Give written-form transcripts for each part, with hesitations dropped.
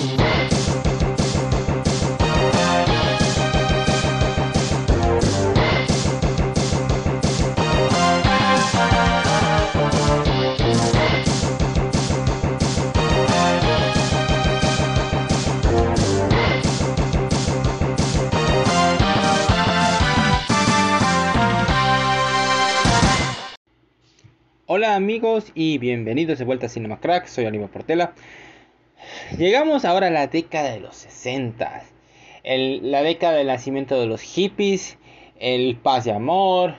Hola amigos y bienvenidos de vuelta a Cinema Crack, soy Aníbal Portela. Llegamos ahora a la década de los 60, la década del nacimiento de los hippies, el paz y amor,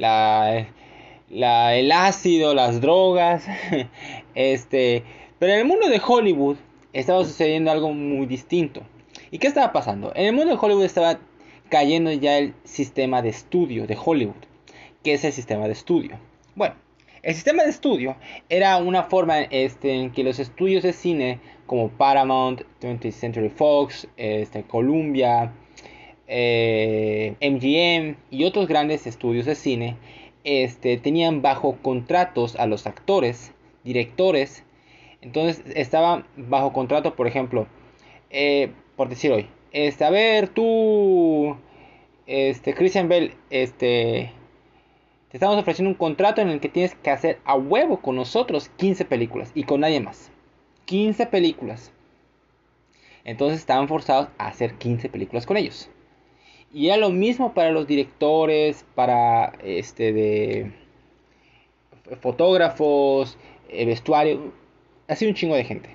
el ácido, las drogas, pero en el mundo de Hollywood estaba sucediendo algo muy distinto. ¿Y qué estaba pasando? En el mundo de Hollywood estaba cayendo ya el sistema de estudio de Hollywood. ¿Qué es el sistema de estudio? Bueno, el sistema de estudio era una forma en que los estudios de cine como Paramount, 20th Century Fox, Columbia, MGM y otros grandes estudios de cine tenían bajo contratos a los actores, directores. Entonces estaban bajo contrato, por ejemplo, por decir hoy, a ver tú, Christian Bale, te estamos ofreciendo un contrato en el que tienes que hacer a huevo con nosotros 15 películas y con nadie más. 15 películas. Entonces estaban forzados a hacer 15 películas con ellos. Y era lo mismo para los directores, para de fotógrafos, vestuario, así un chingo de gente.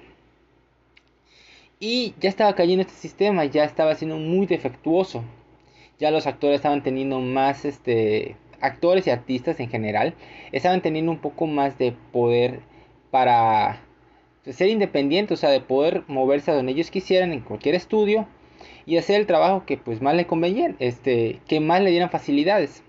Y ya estaba cayendo este sistema, ya estaba siendo muy defectuoso. Ya los actores estaban teniendo más actores y artistas en general estaban teniendo un poco más de poder para ser independientes, o sea, de poder moverse a donde ellos quisieran en cualquier estudio y hacer el trabajo que pues más le convenía, que más le dieran facilidades.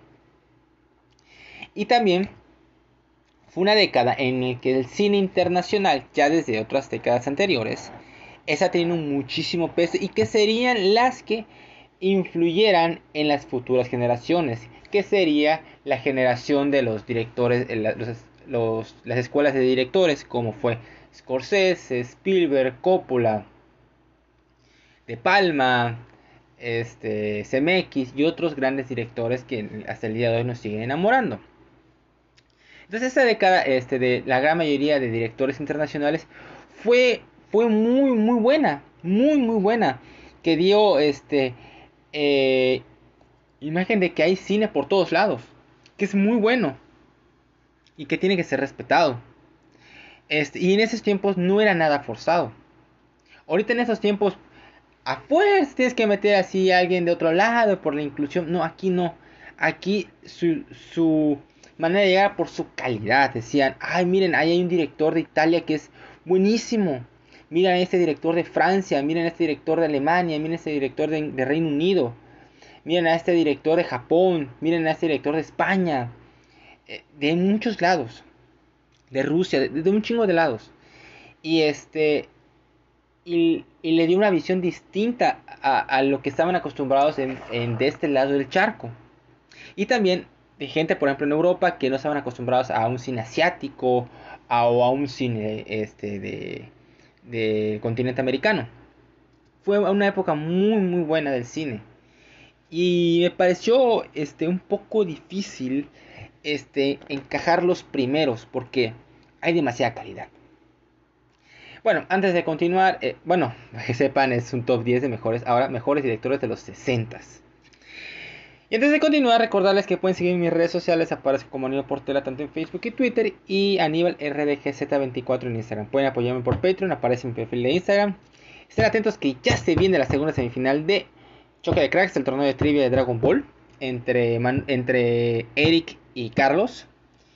Y también fue una década en la que el cine internacional, ya desde otras décadas anteriores, está teniendo muchísimo peso y que serían las que influyeran en las futuras generaciones, que sería la generación de los directores, las escuelas de directores, como fue Scorsese, Spielberg, Coppola, De Palma, Zemeckis y otros grandes directores que hasta el día de hoy nos siguen enamorando. Entonces esta década de la gran mayoría de directores internacionales fue muy buena, muy buena, que dio imagen de que hay cine por todos lados, que es muy bueno y que tiene que ser respetado. Y en esos tiempos no era nada forzado. Ahorita en esos tiempos a fuerza tienes que meter así a alguien de otro lado por la inclusión. No, aquí no. Aquí su manera de llegar por su calidad. Decían, ay, miren, ahí hay un director de Italia que es buenísimo. Miren a este director de Francia, miren a este director de Alemania, miren a este director de Reino Unido. Miren a este director de Japón, miren a este director de España. De muchos lados. De Rusia, de un chingo de lados. Y y le dio una visión distinta a lo que estaban acostumbrados de este lado del charco. Y también de gente, por ejemplo, en Europa que no estaban acostumbrados a un cine asiático o a un cine del continente americano. Fue una época muy buena del cine. Y me pareció un poco difícil encajar los primeros porque hay demasiada calidad. Bueno, antes de continuar, bueno, que sepan, es un top 10 de mejores directores de los 60. Y antes de continuar, recordarles que pueden seguir mis redes sociales, aparece como Aníbal Portela tanto en Facebook y Twitter, y Aníbal RDGZ24 en Instagram. Pueden apoyarme por Patreon, aparece en mi perfil de Instagram. Estén atentos que ya se viene la segunda semifinal de Choque de Cracks, el torneo de trivia de Dragon Ball, entre Eric y Carlos.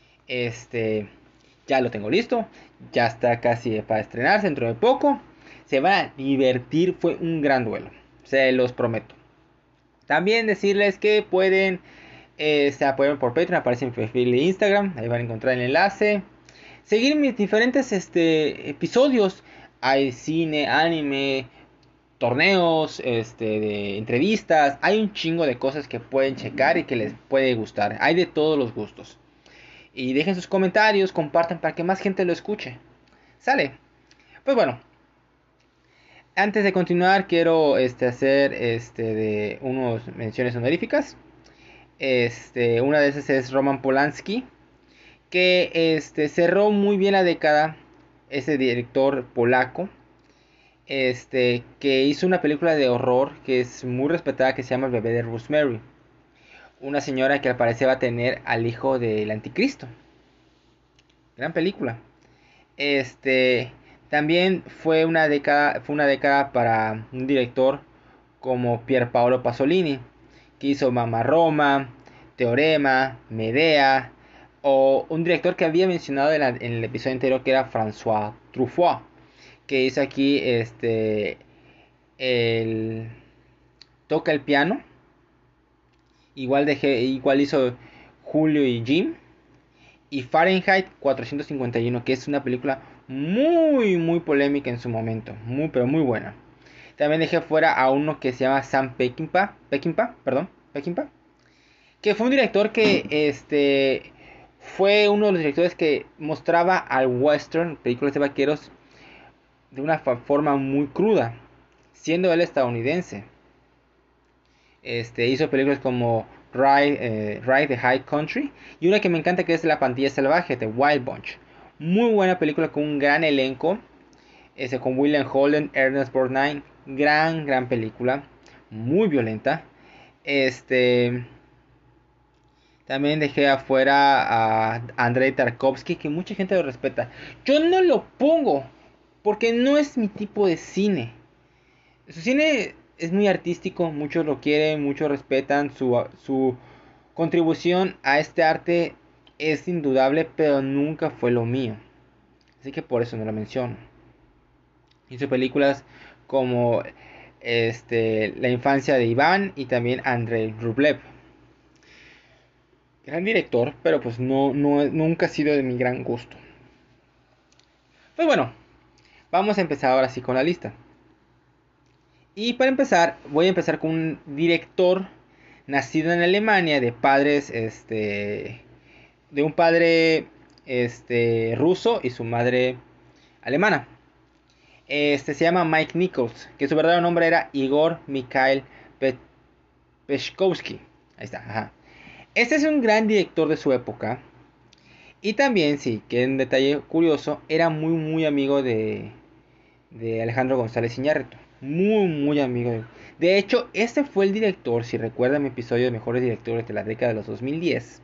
Ya lo tengo listo, ya está casi para estrenarse dentro de poco. Se van a divertir, fue un gran duelo, se los prometo. También decirles que pueden apoyarme por Patreon, aparece en mi perfil de Instagram, ahí van a encontrar el enlace. Seguir mis diferentes episodios, hay cine, anime, torneos, de entrevistas, hay un chingo de cosas que pueden checar y que les puede gustar, hay de todos los gustos. Y dejen sus comentarios, compartan para que más gente lo escuche. Sale. Pues bueno. Antes de continuar, quiero hacer de unos menciones honoríficas. Una de esas es Roman Polanski, que cerró muy bien la década, ese director polaco, que hizo una película de horror que es muy respetada, que se llama El bebé de Rosemary. Una señora que al parecer va a tener al hijo del anticristo. Gran película. Este También fue una década para un director como Pier Paolo Pasolini, que hizo Mamma Roma, Teorema, Medea, o un director que había mencionado en el episodio anterior, que era François Truffaut, que hizo aquí el toca el piano, igual hizo Julio y Jim, y Fahrenheit 451, que es una película muy polémica en su momento, pero muy buena. También dejé fuera a uno que se llama Sam Peckinpah, que fue un director que fue uno de los directores que mostraba al western, películas de vaqueros, de una forma muy cruda, siendo él estadounidense. Hizo películas como Ride the High Country, y una que me encanta, que es La Pandilla Salvaje, de Wild Bunch. Muy buena película con un gran elenco, con William Holden, Ernest Borgnine. Gran película, muy violenta. También dejé afuera a Andrei Tarkovsky, que mucha gente lo respeta. Yo no lo pongo porque no es mi tipo de cine. Su cine es muy artístico, muchos lo quieren, muchos respetan su contribución a este arte, es indudable, pero nunca fue lo mío. Así que por eso no lo menciono. Hizo películas como La infancia de Iván y también Andrei Rublev. Gran director, pero pues nunca ha sido de mi gran gusto. Pues bueno, vamos a empezar ahora sí con la lista. Y para empezar, voy a empezar con un director nacido en Alemania, de un padre ruso y su madre alemana. Se llama Mike Nichols, que su verdadero nombre era Igor Mikhail Peshkovsky. Ahí está, ajá. Este es un gran director de su época. Y también, sí, que un detalle curioso, era muy amigo de Alejandro González Iñárritu. Muy amigo. De hecho, este fue el director, si recuerdan mi episodio de mejores directores de la década de los 2010.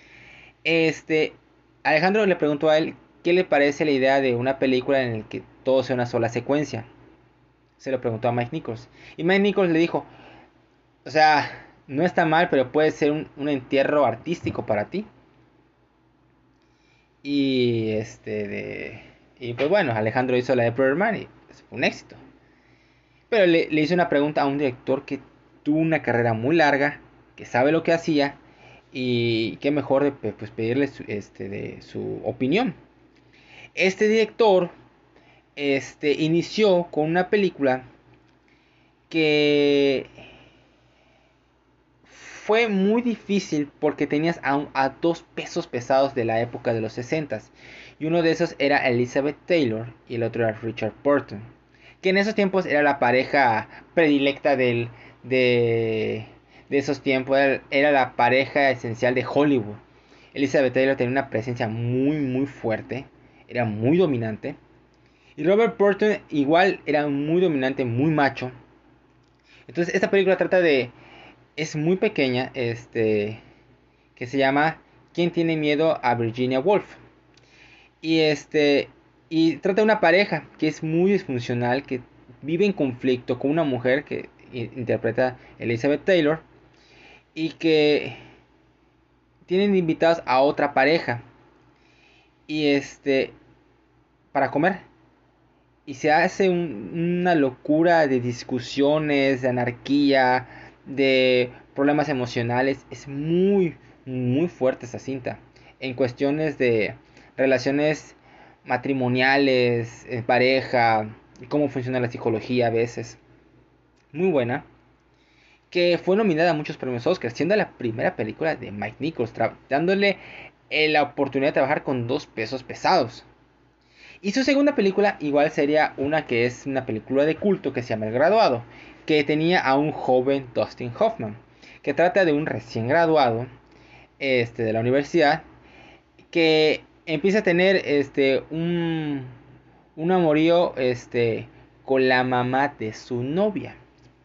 Alejandro le preguntó a él qué le parece la idea de una película en la que todo sea una sola secuencia. Se lo preguntó a Mike Nichols. Y Mike Nichols le dijo, o sea, no está mal, pero puede ser un entierro artístico para ti. Y y pues bueno, Alejandro hizo la de Pearl Man y fue un éxito. Pero le hizo una pregunta a un director que tuvo una carrera muy larga, que sabe lo que hacía, y qué mejor de pues, pedirle de su opinión. Este director inició con una película que fue muy difícil porque tenías a dos pesos pesados de la época de los 60, y uno de esos era Elizabeth Taylor y el otro era Richard Burton, que en esos tiempos era la pareja predilecta de esos tiempos, era la pareja esencial de Hollywood. Elizabeth Taylor tenía una presencia muy fuerte, era muy dominante, y Robert Burton igual era muy dominante, muy macho. Entonces esta película es muy pequeña, que se llama ¿Quién tiene miedo a Virginia Woolf? Y y trata de una pareja que es muy disfuncional, que vive en conflicto con una mujer que interpreta Elizabeth Taylor, y que tienen invitados a otra pareja y para comer, y se hace una locura de discusiones, de anarquía, de problemas emocionales. Es muy fuerte esta cinta en cuestiones de relaciones matrimoniales, en pareja, y cómo funciona la psicología a veces. Muy buena, que fue nominada a muchos premios Oscar, siendo la primera película de Mike Nichols, dándole la oportunidad de trabajar con dos pesos pesados. Y su segunda película igual sería una que es una película de culto que se llama El Graduado, que tenía a un joven Dustin Hoffman, que trata de un recién graduado de la universidad que empieza a tener un amorío con la mamá de su novia.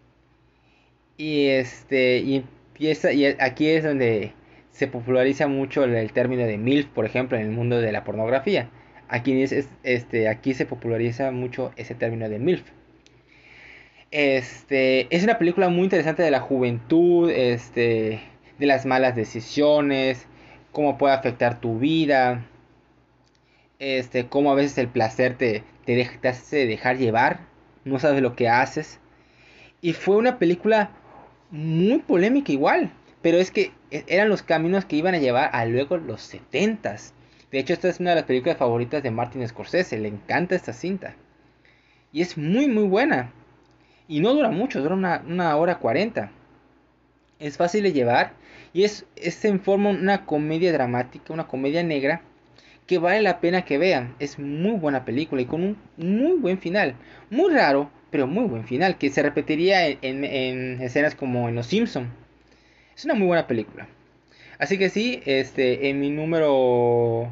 Y empieza, y aquí es donde se populariza mucho el término de MILF, por ejemplo, en el mundo de la pornografía. Aquí se populariza mucho ese término de MILF. Es una película muy interesante de la juventud, de las malas decisiones, cómo puede afectar tu vida, cómo a veces el placer te hace dejar llevar, no sabes lo que haces. Y fue una película muy polémica igual, pero es que eran los caminos que iban a llevar a luego los setentas. De hecho, esta es una de las películas favoritas de Martin Scorsese, le encanta esta cinta. Y es muy muy buena. Y no dura mucho, dura una hora 40. Es fácil de llevar y es en forma una comedia dramática, una comedia negra que vale la pena que vean. Es muy buena película y con un muy buen final. Muy raro, pero muy buen final, que se repetiría en escenas como en Los Simpson. Es una muy buena película. Así que sí, en mi número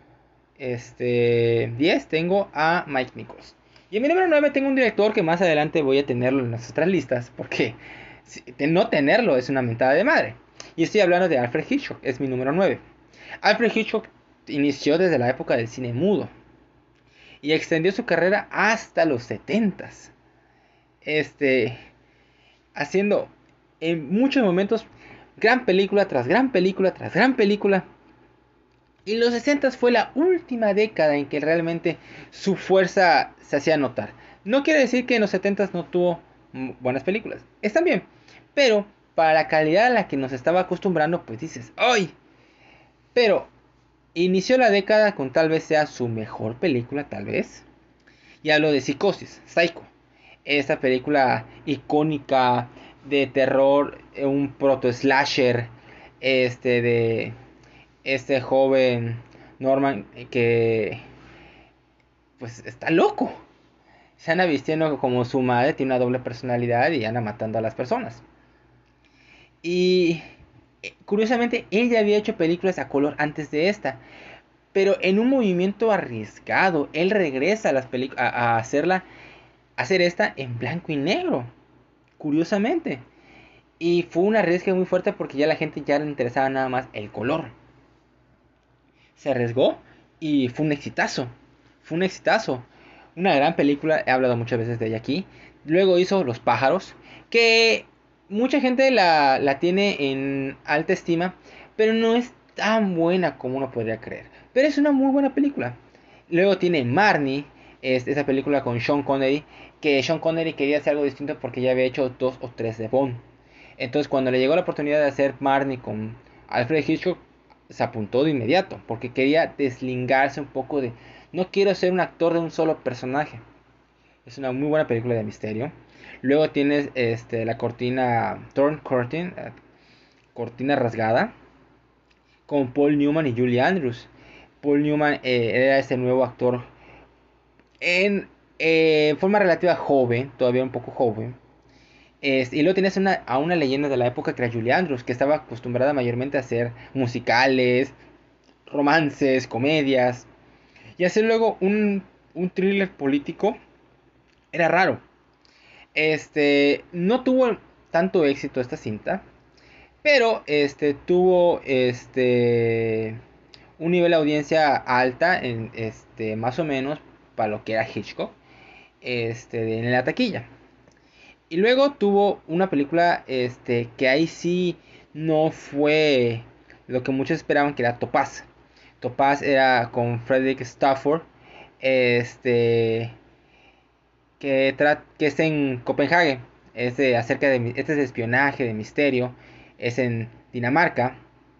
10 tengo a Mike Nichols. Y en mi número 9 tengo un director que más adelante voy a tenerlo en las otras listas, porque de no tenerlo es una mentada de madre. Y estoy hablando de Alfred Hitchcock, es mi número 9. Alfred Hitchcock inició desde la época del cine mudo y extendió su carrera hasta los 70s. Haciendo en muchos momentos gran película tras gran película tras gran película. Y los 60s fue la última década en que realmente su fuerza se hacía notar. No quiere decir que en los 70s no tuvo buenas películas. Están bien. Pero para la calidad a la que nos estaba acostumbrando, pues dices, ¡ay! Pero inició la década con tal vez sea su mejor película, tal vez. Y hablo de Psicosis, Psycho. Esta película icónica de terror, un proto-slasher, de este joven Norman que pues está loco. Se anda vistiendo como su madre, tiene una doble personalidad y anda matando a las personas. Y curiosamente ella había hecho películas a color antes de esta. Pero en un movimiento arriesgado, él regresa a, a hacer esta en blanco y negro. Curiosamente. Y fue un arriesgue muy fuerte porque ya la gente ya le interesaba nada más el color. Se arriesgó y fue un exitazo. Fue un exitazo. Una gran película, he hablado muchas veces de ella aquí. Luego hizo Los pájaros, que mucha gente la tiene en alta estima, pero no es tan buena como uno podría creer. Pero es una muy buena película. Luego tiene Marnie, es esa película con Sean Connery, que Sean Connery quería hacer algo distinto porque ya había hecho 2 o 3 de Bond. Entonces cuando le llegó la oportunidad de hacer Marnie con Alfred Hitchcock, se apuntó de inmediato, porque quería deslingarse un poco de, no quiero ser un actor de un solo personaje. Es una muy buena película de misterio. Luego tienes la cortina Torn Curtain, cortina rasgada, con Paul Newman y Julie Andrews. Paul Newman era ese nuevo actor en forma relativa joven, todavía un poco joven. Y luego tienes a una leyenda de la época que era Julie Andrews, que estaba acostumbrada mayormente a hacer musicales, romances, comedias. Y hacer luego un thriller político era raro. No tuvo tanto éxito esta cinta, pero tuvo un nivel de audiencia alta, más o menos para lo que era Hitchcock, en la taquilla. Y luego tuvo una película que ahí sí no fue lo que muchos esperaban, que era Topaz. Topaz era con Frederick Stafford, que es en Copenhague. Acerca de este es de espionaje, de misterio. Es en Dinamarca.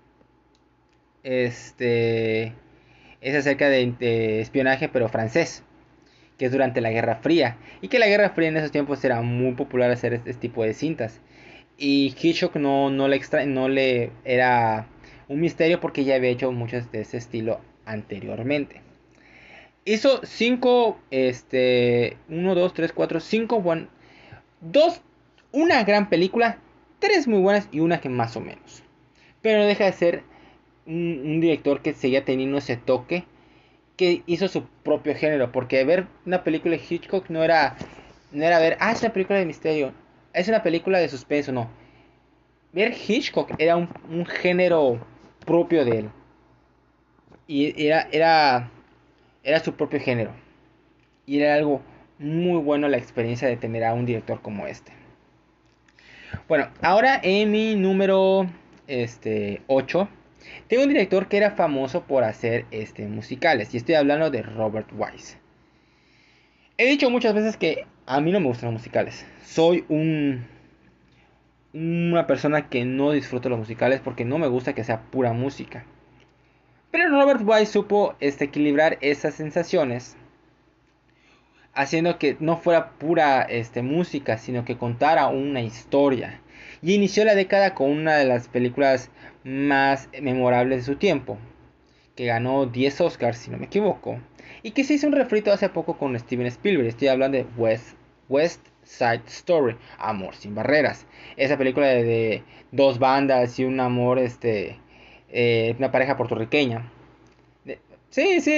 Este es acerca de espionaje, pero francés, que es durante la Guerra Fría. Y que la Guerra Fría en esos tiempos era muy popular hacer este tipo de cintas. Y Hitchcock no le era un misterio porque ya había hecho muchos de ese estilo anteriormente. Hizo 5, 1, 2, 3, 4, 5 dos, una gran película, 3 muy buenas y una que más o menos. Pero no deja de ser un director que seguía teniendo ese toque, que hizo su propio género, porque ver una película de Hitchcock no era ver, es una película de misterio, es una película de suspenso, no. Ver Hitchcock era un género propio de él. Y era su propio género. Y era algo muy bueno la experiencia de tener a un director como este. Bueno, ahora en mi número 8, tengo un director que era famoso por hacer musicales. Y estoy hablando de Robert Wise. He dicho muchas veces que a mí no me gustan los musicales. Soy una persona que no disfruta los musicales porque no me gusta que sea pura música. Pero Robert Wise supo equilibrar esas sensaciones, haciendo que no fuera pura música, sino que contara una historia. Y inició la década con una de las películas más memorables de su tiempo, que ganó 10 Oscars, si no me equivoco, y que se hizo un refrito hace poco con Steven Spielberg. Estoy hablando de West Side Story, Amor sin barreras. Esa película de dos bandas y un amor, una pareja puertorriqueña. Sí, sí,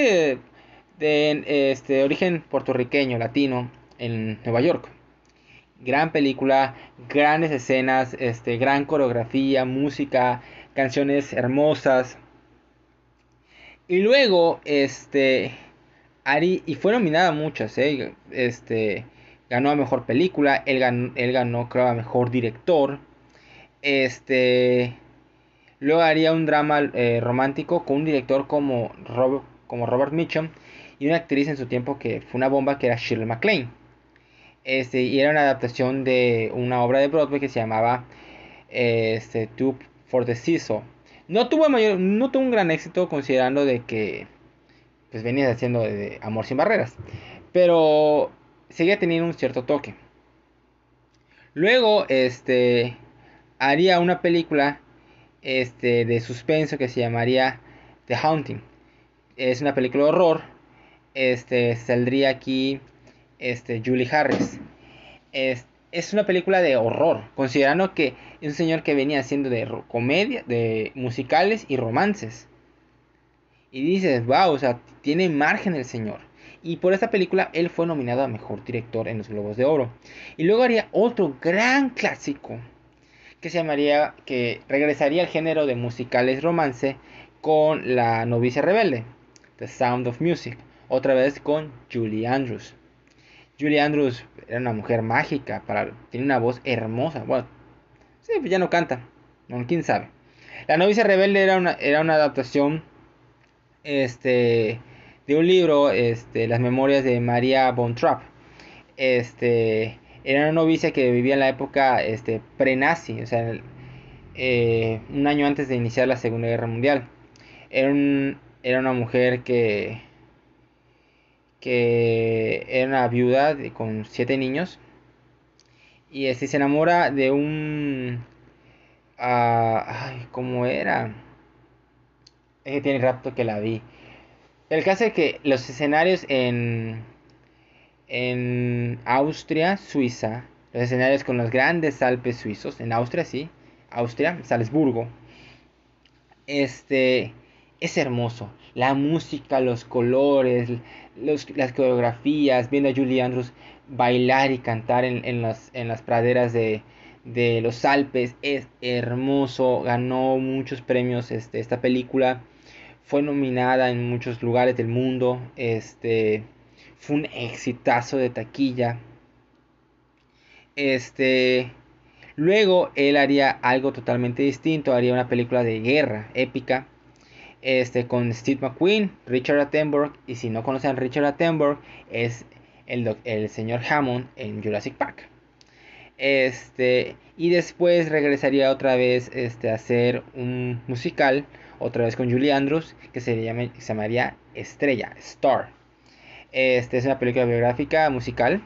de origen puertorriqueño, latino, en Nueva York. Gran película, grandes escenas, gran coreografía, música, canciones hermosas. Y luego, Ari, y fue nominada a muchas, ganó a mejor película, él ganó, creo, a mejor director. Este, Luego haría un drama romántico con un director como Robert Mitchum y una actriz en su tiempo que fue una bomba, que era Shirley MacLaine. Y era una adaptación de una obra de Broadway que se llamaba Two for the Seesaw. No tuvo un gran éxito, considerando de que pues venía haciendo de Amor sin barreras, pero seguía teniendo un cierto toque. Luego haría una película de suspenso que se llamaría The Haunting. Es una película de horror. Saldría aquí Julie Harris. Es una película de horror, considerando que es un señor que venía haciendo de comedia, de musicales y romances. Y dices, wow, o sea, tiene margen el señor. Y por esta película él fue nominado a mejor director en los Globos de Oro. Y luego haría otro gran clásico que regresaría al género de musicales romance con La novicia rebelde, The Sound of Music, otra vez con Julie Andrews. Julie Andrews era una mujer mágica, tiene una voz hermosa. Bueno, sí, pues ya no canta, no, quién sabe. La novicia rebelde era una adaptación de un libro, Las memorias de María von Trapp. Era una novicia que vivía en la época pre-nazi, o sea, un año antes de iniciar la Segunda Guerra Mundial. Era una mujer que era una viuda con 7 niños, y se enamora de un... ¿cómo era? Es que tiene rato que la vi. El caso es que los escenarios en Austria, Suiza, los escenarios con los grandes Alpes suizos, en Austria, sí, Austria, Salzburgo, es hermoso. La música, los colores, las coreografías, viendo a Julie Andrews bailar y cantar en las praderas de los Alpes, es hermoso. Ganó muchos premios esta película. Fue nominada en muchos lugares del mundo. Fue un exitazo de taquilla. Luego él haría algo totalmente distinto. Haría una película de guerra épica, con Steve McQueen, Richard Attenborough. Y si no conocen a Richard Attenborough, es el señor Hammond en Jurassic Park. Y después regresaría otra vez a hacer un musical, otra vez con Julie Andrews, que se llamaría Estrella, Star. Es una película biográfica musical,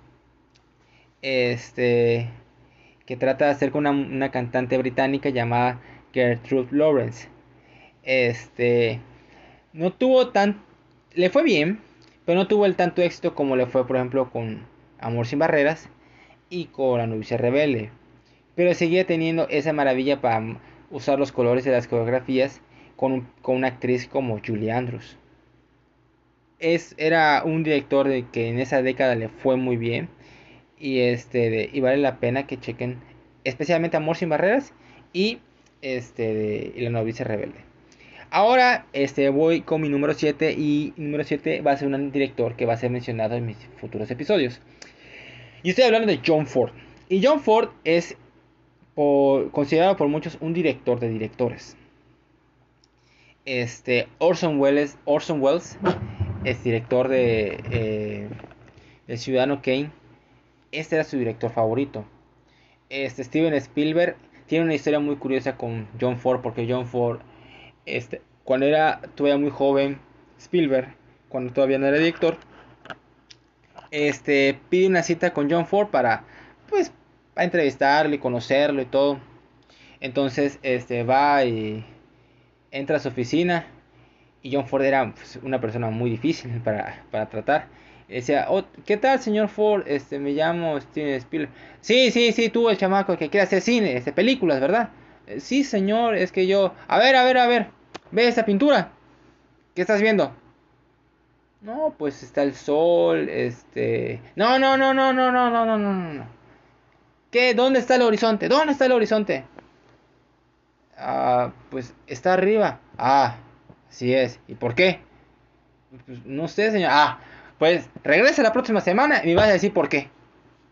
que trata de hacer con una cantante británica llamada Gertrude Lawrence. No tuvo tan... Le fue bien, pero no tuvo el tanto éxito como le fue por ejemplo con Amor sin barreras y con La novicia rebelde, pero seguía teniendo esa maravilla para usar los colores de las coreografías con una actriz como Julie Andrews. Era un director que en esa década le fue muy bien y vale la pena que chequen especialmente Amor sin barreras y y La novicia rebelde. Ahora voy con mi número 7 y número 7 va a ser un director que va a ser mencionado en mis futuros episodios. Y estoy hablando de John Ford. Y John Ford es considerado por muchos un director de directores. Orson Welles es director de Ciudadano Kane. Este era su director favorito. Steven Spielberg tiene una historia muy curiosa con John Ford, porque John Ford, cuando era todavía muy joven, Spielberg, cuando todavía no era director, pide una cita con John Ford pues, para entrevistarlo y conocerlo y todo. Entonces, va y entra a su oficina y John Ford era pues, una persona muy difícil para tratar. Decía, oh, ¿qué tal, señor Ford? Me llamo Steven Spielberg. Sí, sí, sí, tú el chamaco que quiere hacer cine, películas, ¿verdad? Sí, señor, es que yo... A ver, a ver, a ver, ve esa pintura. ¿Qué estás viendo? No, pues está el sol, No, no, no, no, no, no, no, no, no, no. ¿Qué? ¿Dónde está el horizonte? ¿Dónde está el horizonte? Ah, pues está arriba. Ah, así es. ¿Y por qué? Pues, no sé, señor. Ah, pues regresa la próxima semana y me vas a decir por qué.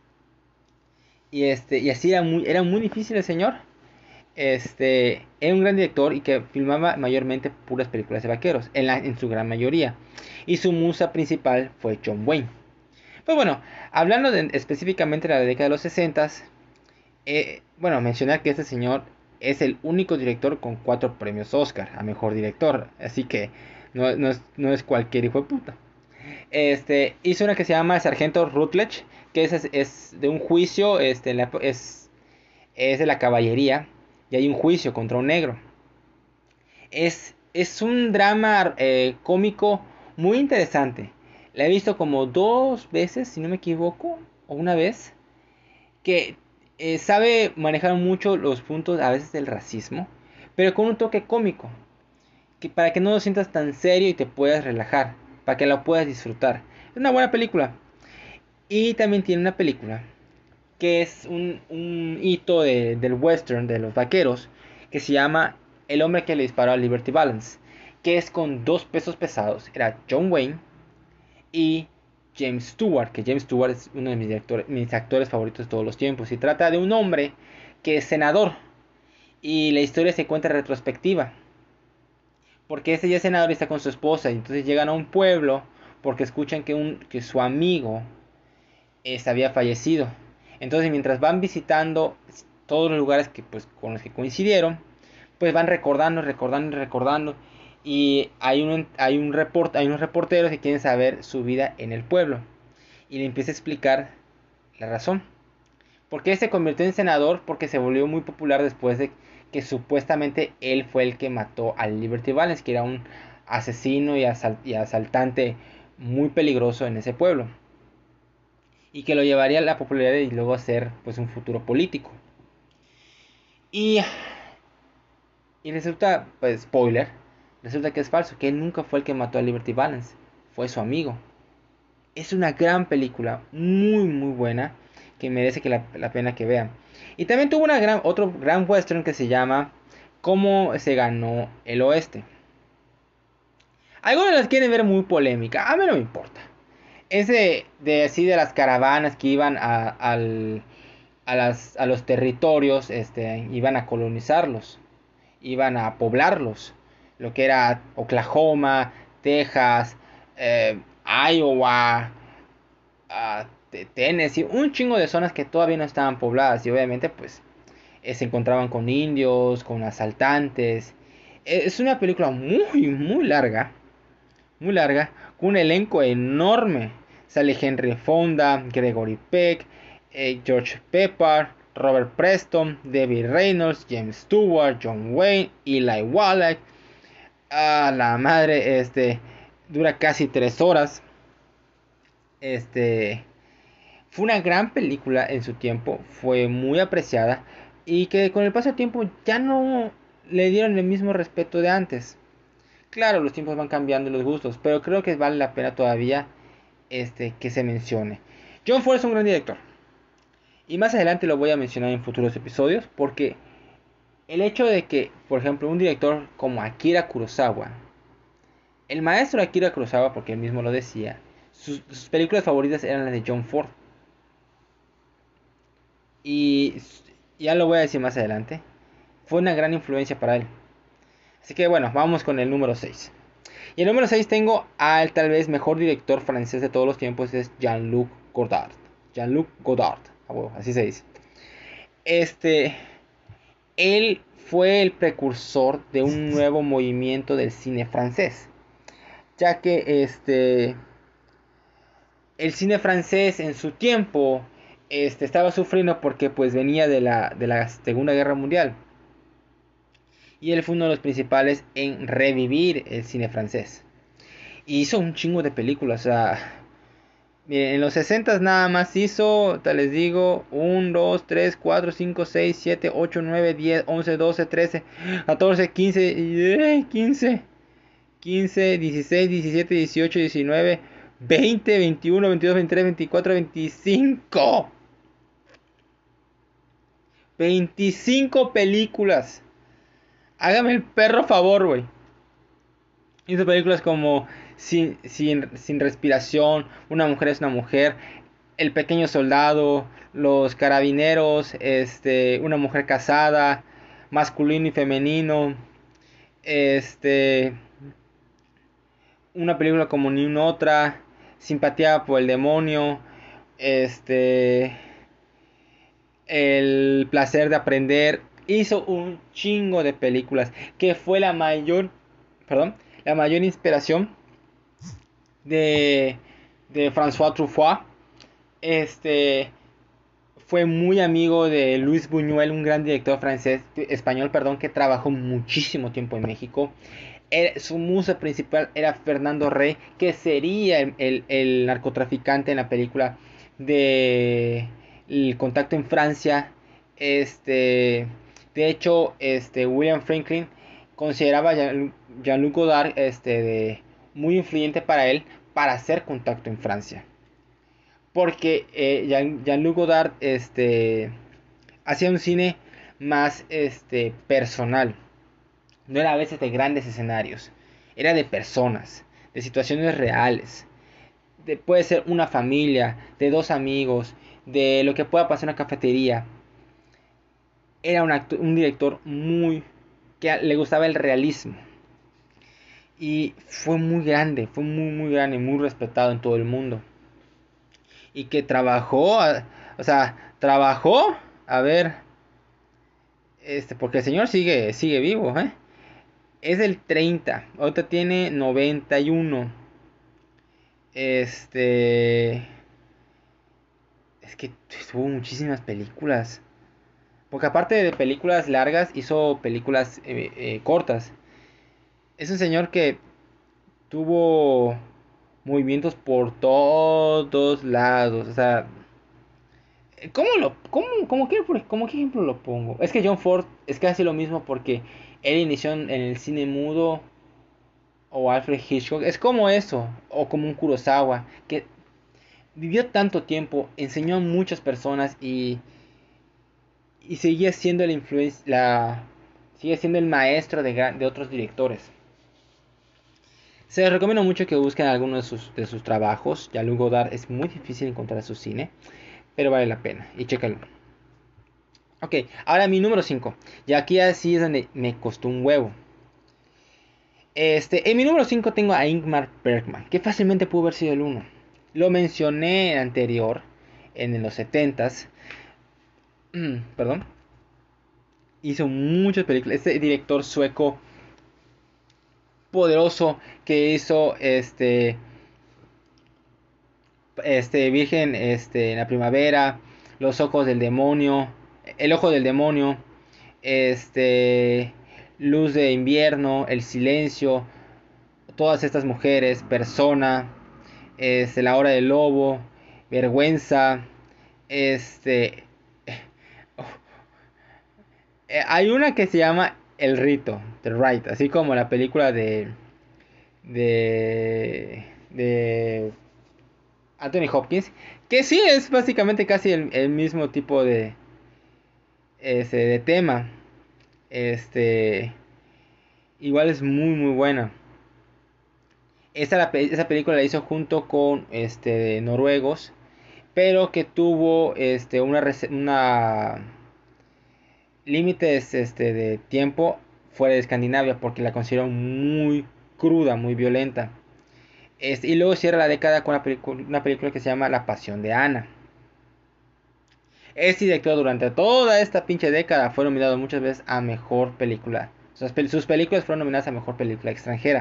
Y así era muy difícil el señor. Era un gran director y que filmaba mayormente puras películas de vaqueros, en su gran mayoría. Y su musa principal fue John Wayne. Pues bueno, hablando específicamente de la década de los 60, bueno, mencionar que este señor es el único director con 4 premios Oscar a mejor director. Así que no es cualquier hijo de puta. Hizo una que se llama Sargento Rutledge, que es de un juicio, es de la caballería y hay un juicio contra un negro. Es un drama cómico muy interesante. La he visto como 2 veces, si no me equivoco, o una vez, que sabe manejar mucho los puntos a veces del racismo, pero con un toque cómico, para que no lo sientas tan serio y te puedas relajar, para que la puedas disfrutar. Es una buena película. Y también tiene una película que es un hito del western, de los vaqueros, que se llama El hombre que le disparó a Liberty Balance, que es con 2 pesos pesados. Era John Wayne y James Stewart, que James Stewart es uno de mis actores favoritos de todos los tiempos. Y trata de un hombre que es senador y la historia se cuenta retrospectiva, porque ese ya es senador y está con su esposa, y entonces llegan a un pueblo porque escuchan que su amigo había fallecido. Entonces mientras van visitando todos los lugares pues, con los que coincidieron, pues van recordando, recordando, recordando. Y hay unos reporteros que quieren saber su vida en el pueblo. Y le empieza a explicar la razón. ¿Por qué se convirtió en senador? Porque se volvió muy popular después de que supuestamente él fue el que mató al Liberty Valance, que era un asesino y asaltante muy peligroso en ese pueblo. Y que lo llevaría a la popularidad y luego a ser pues un futuro político. Y resulta, pues spoiler, resulta que es falso, que él nunca fue el que mató a Liberty Balance, fue su amigo. Es una gran película, muy muy buena, que merece la pena que vean. Y también tuvo otro gran western que se llama Cómo se ganó el oeste. Algunos las quieren ver muy polémica, a mí no me importa. Es de las caravanas que iban a los territorios, iban a colonizarlos, iban a poblarlos, lo que era Oklahoma, Texas, Iowa, Tennessee, un chingo de zonas que todavía no estaban pobladas y obviamente pues se encontraban con indios, con asaltantes. Es una película muy muy larga, con un elenco enorme. Sale Henry Fonda, Gregory Peck, George Pepper, Robert Preston, Debbie Reynolds, James Stewart, John Wayne, Eli Wallach. A la madre, dura casi 3 horas. Este, fue una gran película en su tiempo, fue muy apreciada y que con el paso del tiempo ya no le dieron el mismo respeto de antes. Claro, los tiempos van cambiando los gustos, pero creo que vale la pena todavía que se mencione. John Ford es un gran director y más adelante lo voy a mencionar en futuros episodios porque el hecho de que, por ejemplo, un director como Akira Kurosawa, el maestro Akira Kurosawa, porque él mismo lo decía, sus películas favoritas eran las de John Ford. Y ya lo voy a decir más adelante. Fue una gran influencia para él. Así que bueno, vamos con el número 6. Y el número 6 tengo al tal vez mejor director francés de todos los tiempos, es Jean-Luc Godard. Jean-Luc Godard, así se dice. Este, él fue el precursor de un nuevo movimiento del cine francés, ya que el cine francés en su tiempo estaba sufriendo porque pues venía de la Segunda Guerra Mundial. Y él fue uno de los principales en revivir el cine francés. Y hizo un chingo de películas. O sea, miren, en los 60 nada más hizo, tal les digo, 1, 2, 3, 4, 5, 6, 7, 8, 9, 10, 11, 12, 13, 14, 15, 15, 15, 16, 17, 18, 19, 20, 21, 22, 23, 24, 25. 25 películas. Hágame el perro favor, güey. Hizo películas como sin respiración, Una mujer es una mujer, El pequeño soldado, Los carabineros, Una mujer casada, Masculino y femenino, este, una película como ni una otra, Simpatía por el demonio, este, El placer de aprender. Hizo un chingo de películas que fue la mayor inspiración de, de François Truffaut. Este fue muy amigo de Luis Buñuel, un gran director español, perdón, que trabajó muchísimo tiempo en México. Su musa principal era Fernando Rey, que sería el narcotraficante en la película de El contacto en Francia. De hecho, William Franklin consideraba a Jean-Luc Godard muy influyente para él para hacer contacto en Francia. Porque Jean-Luc Godard hacía un cine más personal. No era a veces de grandes escenarios. Era de personas, de situaciones reales. Puede ser una familia, de dos amigos, de lo que pueda pasar en una cafetería. Era un director que le gustaba el realismo. Y fue muy grande, fue muy grande, muy respetado en todo el mundo. Y que trabajó, a ver, porque el señor sigue vivo, ¿eh? Es del 30, ahorita tiene 91. Es que tuvo muchísimas películas. Porque aparte de películas largas, hizo películas cortas. Es un señor que tuvo movimientos por todos lados. O sea, ¿cómo qué ejemplo lo pongo? Es que John Ford es casi lo mismo porque él inició en el cine mudo o Alfred Hitchcock. Es como eso, o como un Kurosawa, que vivió tanto tiempo, enseñó a muchas personas y seguía siendo sigue siendo el maestro de otros directores. Se les recomiendo mucho que busquen algunos de sus trabajos. Ya luego es muy difícil encontrar su cine, pero vale la pena y chécalo. Ok, ahora mi número 5. Y aquí así es donde me costó un huevo. En mi número 5 tengo a Ingmar Bergman, que fácilmente pudo haber sido el 1. Lo mencioné anterior, en los 70s. Perdón. Hizo muchas películas. Este director sueco poderoso que hizo Virgen en la primavera, Los ojos del demonio, El ojo del demonio, Luz de invierno, El silencio, Todas estas mujeres, Persona, La hora del lobo, Vergüenza, este, hay una que se llama El Rito, The Rite, así como la película de Anthony Hopkins, que sí es básicamente casi el mismo tipo de tema. Este, igual es muy muy buena. Esa película la hizo junto con noruegos, pero que tuvo una límites de tiempo fuera de Escandinavia porque la consideraron muy cruda, muy violenta. Y luego cierra la década con una película que se llama La Pasión de Ana. Este director durante toda esta pinche década fue nominado muchas veces a mejor película. Sus películas fueron nominadas a mejor película extranjera.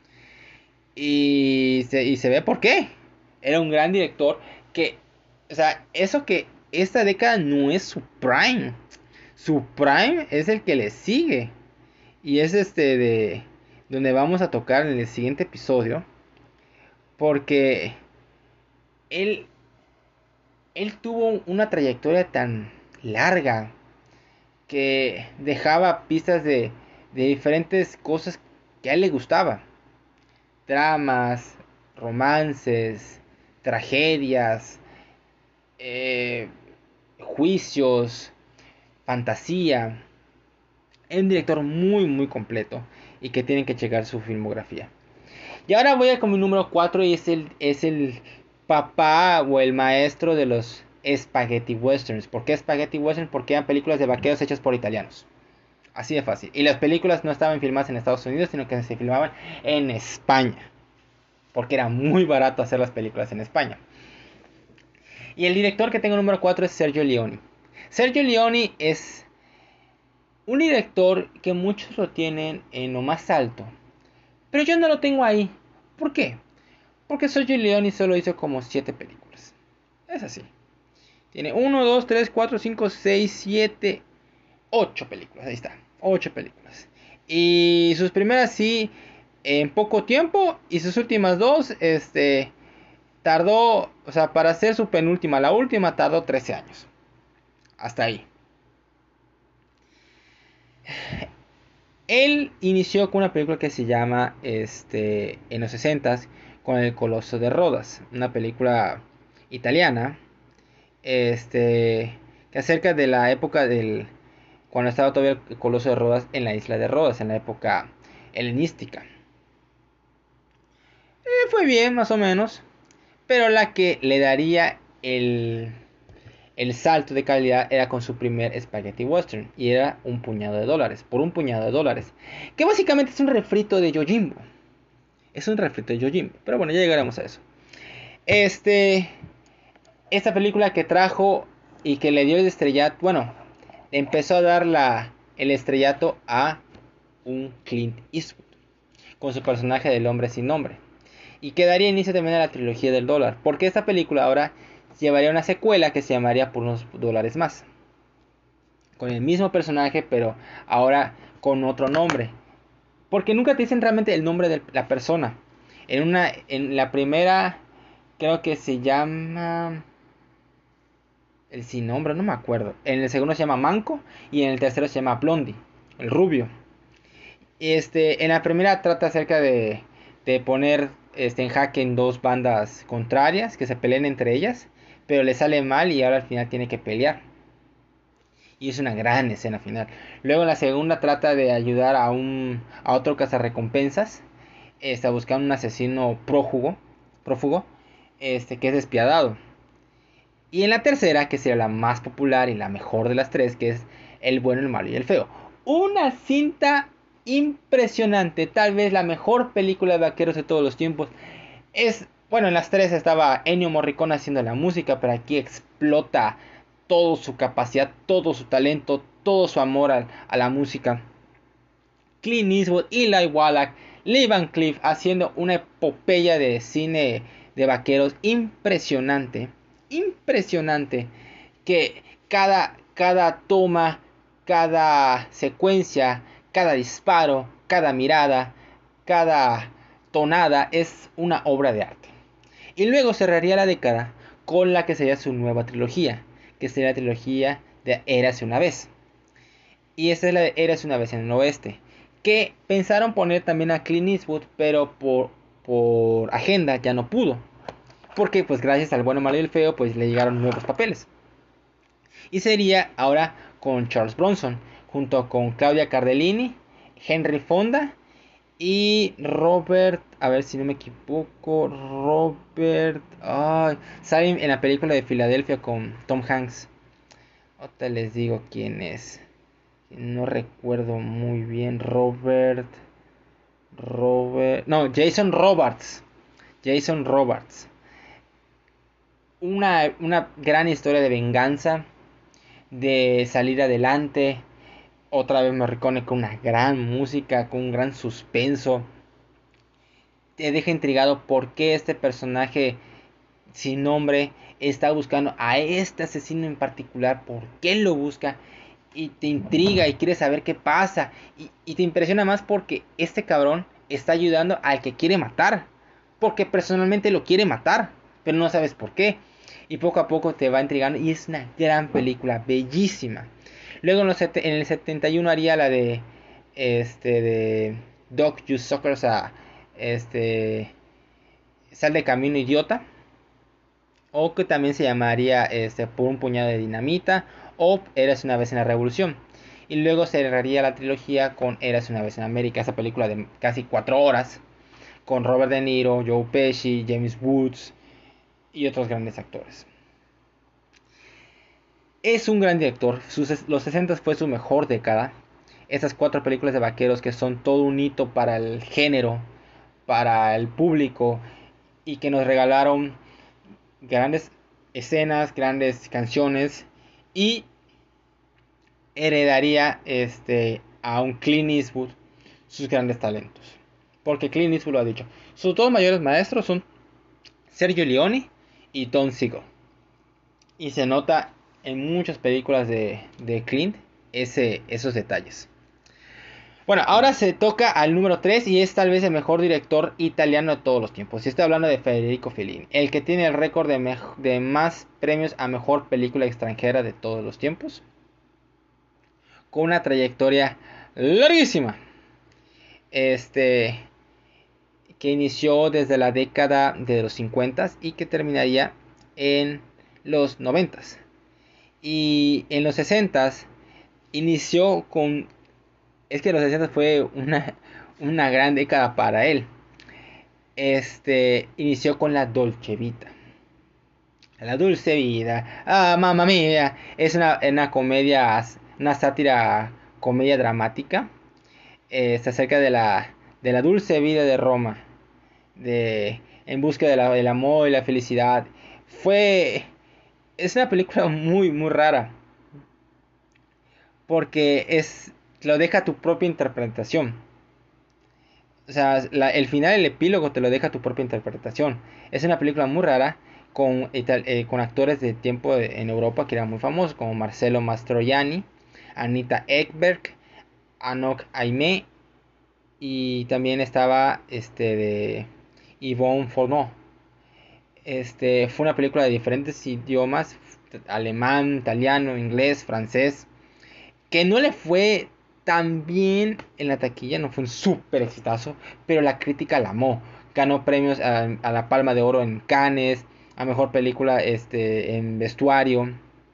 Y se ve por qué. Era un gran director que, o sea, eso que esta década no es su prime. Su prime es el que le sigue. Y es de donde vamos a tocar en el siguiente episodio. Porque él, él tuvo una trayectoria tan larga que dejaba pistas de diferentes cosas que a él le gustaba. Dramas, romances, tragedias, eh, juicios, fantasía. Es un director muy muy completo y que tienen que checar su filmografía. Y ahora voy a con mi número 4 y es el papá o el maestro de los spaghetti westerns. ¿Por qué spaghetti westerns? Porque eran películas de vaqueros hechas por italianos. Así de fácil. Y las películas no estaban filmadas en Estados Unidos, sino que se filmaban en España. Porque era muy barato hacer las películas en España. Y el director que tengo número 4 es Sergio Leone. Sergio Leone es un director que muchos lo tienen en lo más alto. Pero yo no lo tengo ahí. ¿Por qué? Porque Sergio Leone solo hizo como 7 películas. Es así. Tiene 1, 2, 3, 4, 5, 6, 7, 8 películas. Ahí está. 8 películas. Y sus primeras sí, en poco tiempo. Y sus últimas dos, tardó, o sea, para hacer su penúltima, la última tardó 13 años. Hasta ahí. Él inició con una película que se llama, en los 60 con El Coloso de Rodas. Una película italiana, que acerca de la época cuando estaba todavía el Coloso de Rodas en la isla de Rodas, en la época helenística. Fue bien, más o menos. Pero la que le daría el salto de calidad era con su primer Spaghetti Western. Y era un puñado de dólares. Por un puñado de dólares. Que básicamente es un refrito de Yojimbo. Es un refrito de Yojimbo. Pero bueno, ya llegaremos a eso. Esta película que trajo y que le dio el estrellato. Bueno, empezó a dar el estrellato a un Clint Eastwood. Con su personaje del hombre sin nombre. Y que daría inicio también a la trilogía del dólar. Porque esta película ahora llevaría una secuela que se llamaría Por unos dólares más. Con el mismo personaje, pero ahora con otro nombre. Porque nunca te dicen realmente el nombre de la persona. En la primera, creo que se llama el sin nombre, no me acuerdo. En el segundo se llama Manco y en el tercero se llama Blondie, el rubio. En la primera trata acerca de poner en jaque en dos bandas contrarias que se peleen entre ellas, pero le sale mal y ahora al final tiene que pelear. Y es una gran escena final. Luego en la segunda trata de ayudar a otro cazarrecompensas. Está buscando un asesino prófugo, que es despiadado. Y en la tercera, que sería la más popular y la mejor de las tres, que es El bueno, el malo y el feo. Una cinta impresionante, tal vez la mejor película de vaqueros de todos los tiempos. Bueno, en las tres estaba Ennio Morricone haciendo la música, pero aquí explota toda su capacidad, todo su talento, todo su amor a la música. Clint Eastwood, Eli Wallach, Lee Van Cleef haciendo una epopeya de cine de vaqueros impresionante. Impresionante. Que cada toma, cada secuencia, cada disparo, cada mirada, cada tonada es una obra de arte. Y luego cerraría la década con la que sería su nueva trilogía, que sería la trilogía de Érase una vez. Y esta es la de Érase una vez en el oeste, que pensaron poner también a Clint Eastwood, pero por agenda ya no pudo. Porque pues gracias al bueno, malo y el feo, pues le llegaron nuevos papeles. Y sería ahora con Charles Bronson, junto con Claudia Cardellini, Henry Fonda y Robert, a ver si no me equivoco, Robert, sale en la película de Filadelfia con Tom Hanks. Ahorita les digo quién es. No recuerdo muy bien. No, Jason Robards. Jason Robards. Una gran historia de venganza, de salir adelante. Otra vez Morricone con una gran música, con un gran suspenso. Te deja intrigado por qué este personaje sin nombre está buscando a este asesino en particular, por qué lo busca, y te intriga y quieres saber qué pasa, y te impresiona más porque este cabrón está ayudando al que quiere matar, porque personalmente lo quiere matar, pero no sabes por qué, y poco a poco te va intrigando, y es una gran película, bellísima. Luego en el 71 haría la de Dog You Suckers, Sal de Camino Idiota, o que también se llamaría Por un puñado de dinamita, o Eras una vez en la revolución. Y luego cerraría la trilogía con Eras una vez en América, esa película de casi 4 horas, con Robert De Niro, Joe Pesci, James Woods y otros grandes actores. Es un gran director, los 60 fue su mejor década. Esas 4 películas de vaqueros que son todo un hito para el género, para el público, y que nos regalaron grandes escenas, grandes canciones, y heredaría a un Clint Eastwood sus grandes talentos. Porque Clint Eastwood lo ha dicho. Sus dos mayores maestros son Sergio Leone y Don Siegel. Y se nota en muchas películas de Clint esos detalles. Bueno, ahora se toca al número 3 y es tal vez el mejor director italiano de todos los tiempos. Y estoy hablando de Federico Fellini, el que tiene el récord de más premios a mejor película extranjera de todos los tiempos, con una trayectoria larguísima. Que inició desde la década de los 50 y que terminaría en los 90. Y en los 60 inició con... Es que los 60 fue una gran década para él. Inició con la Dolce Vita. La Dulce Vida. Ah, mamma mía. Es una comedia, una sátira, comedia dramática. Se acerca de la dulce vida de Roma. En busca del amor y la felicidad. Es una película muy, muy rara. Porque lo deja a tu propia interpretación. O sea, el final, el epílogo te lo deja a tu propia interpretación. Es una película muy rara con actores de tiempo en Europa que eran muy famosos, como Marcello Mastroianni, Anita Ekberg, Anouk Aimée, y también estaba de Yvonne Fourneau. Fue una película de diferentes idiomas, alemán, italiano, inglés, francés, que no le fue tan bien en la taquilla, no fue un súper exitazo, pero la crítica la amó. Ganó premios a la Palma de Oro en Cannes, a mejor película en vestuario.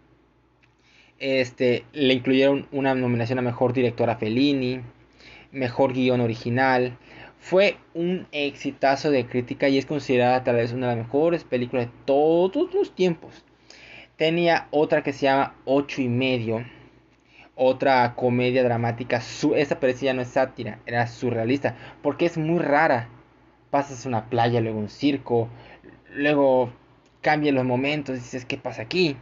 Le incluyeron una nominación a mejor directora Fellini, mejor guión original. Fue un exitazo de crítica y es considerada tal vez una de las mejores películas de todos los tiempos. Tenía otra que se llama Ocho y Medio, otra comedia dramática. Esa parecía no es sátira, era surrealista, porque es muy rara. Pasas una playa, luego un circo, luego cambian los momentos, y dices, ¿qué pasa aquí?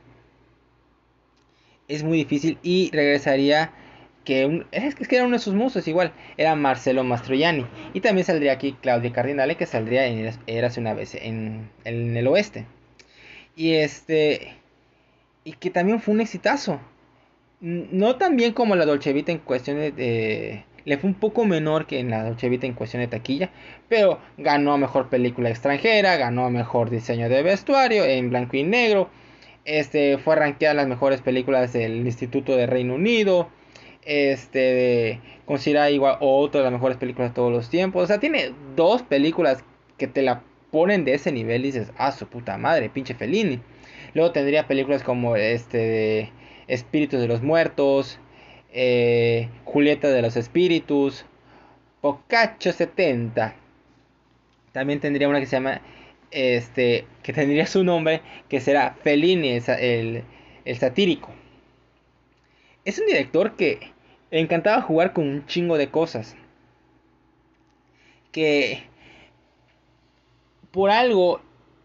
Es muy difícil y regresaría es que era uno de sus musos igual, era Marcello Mastroianni, y también saldría aquí Claudia Cardinale, que saldría en Érase una vez en el oeste, y y que también fue un exitazo. No tan bien como la Dolce Vita en cuestiones de Le fue un poco menor que en la Dolce Vita en cuestión de taquilla, pero ganó a mejor película extranjera, ganó a mejor diseño de vestuario en blanco y negro. Fue rankeada en las mejores películas del Instituto de Reino Unido. Considera igual otra de las mejores películas de todos los tiempos. O sea, tiene dos películas que te la ponen de ese nivel y dices, ah, su puta madre, pinche Fellini. Luego tendría películas como de Espíritus de los Muertos, Julieta de los Espíritus, Boccaccio 70. También tendría una que se llama, que tendría su nombre, que será Fellini, el satírico. Es un director que le encantaba jugar con un chingo de cosas. Que por algo,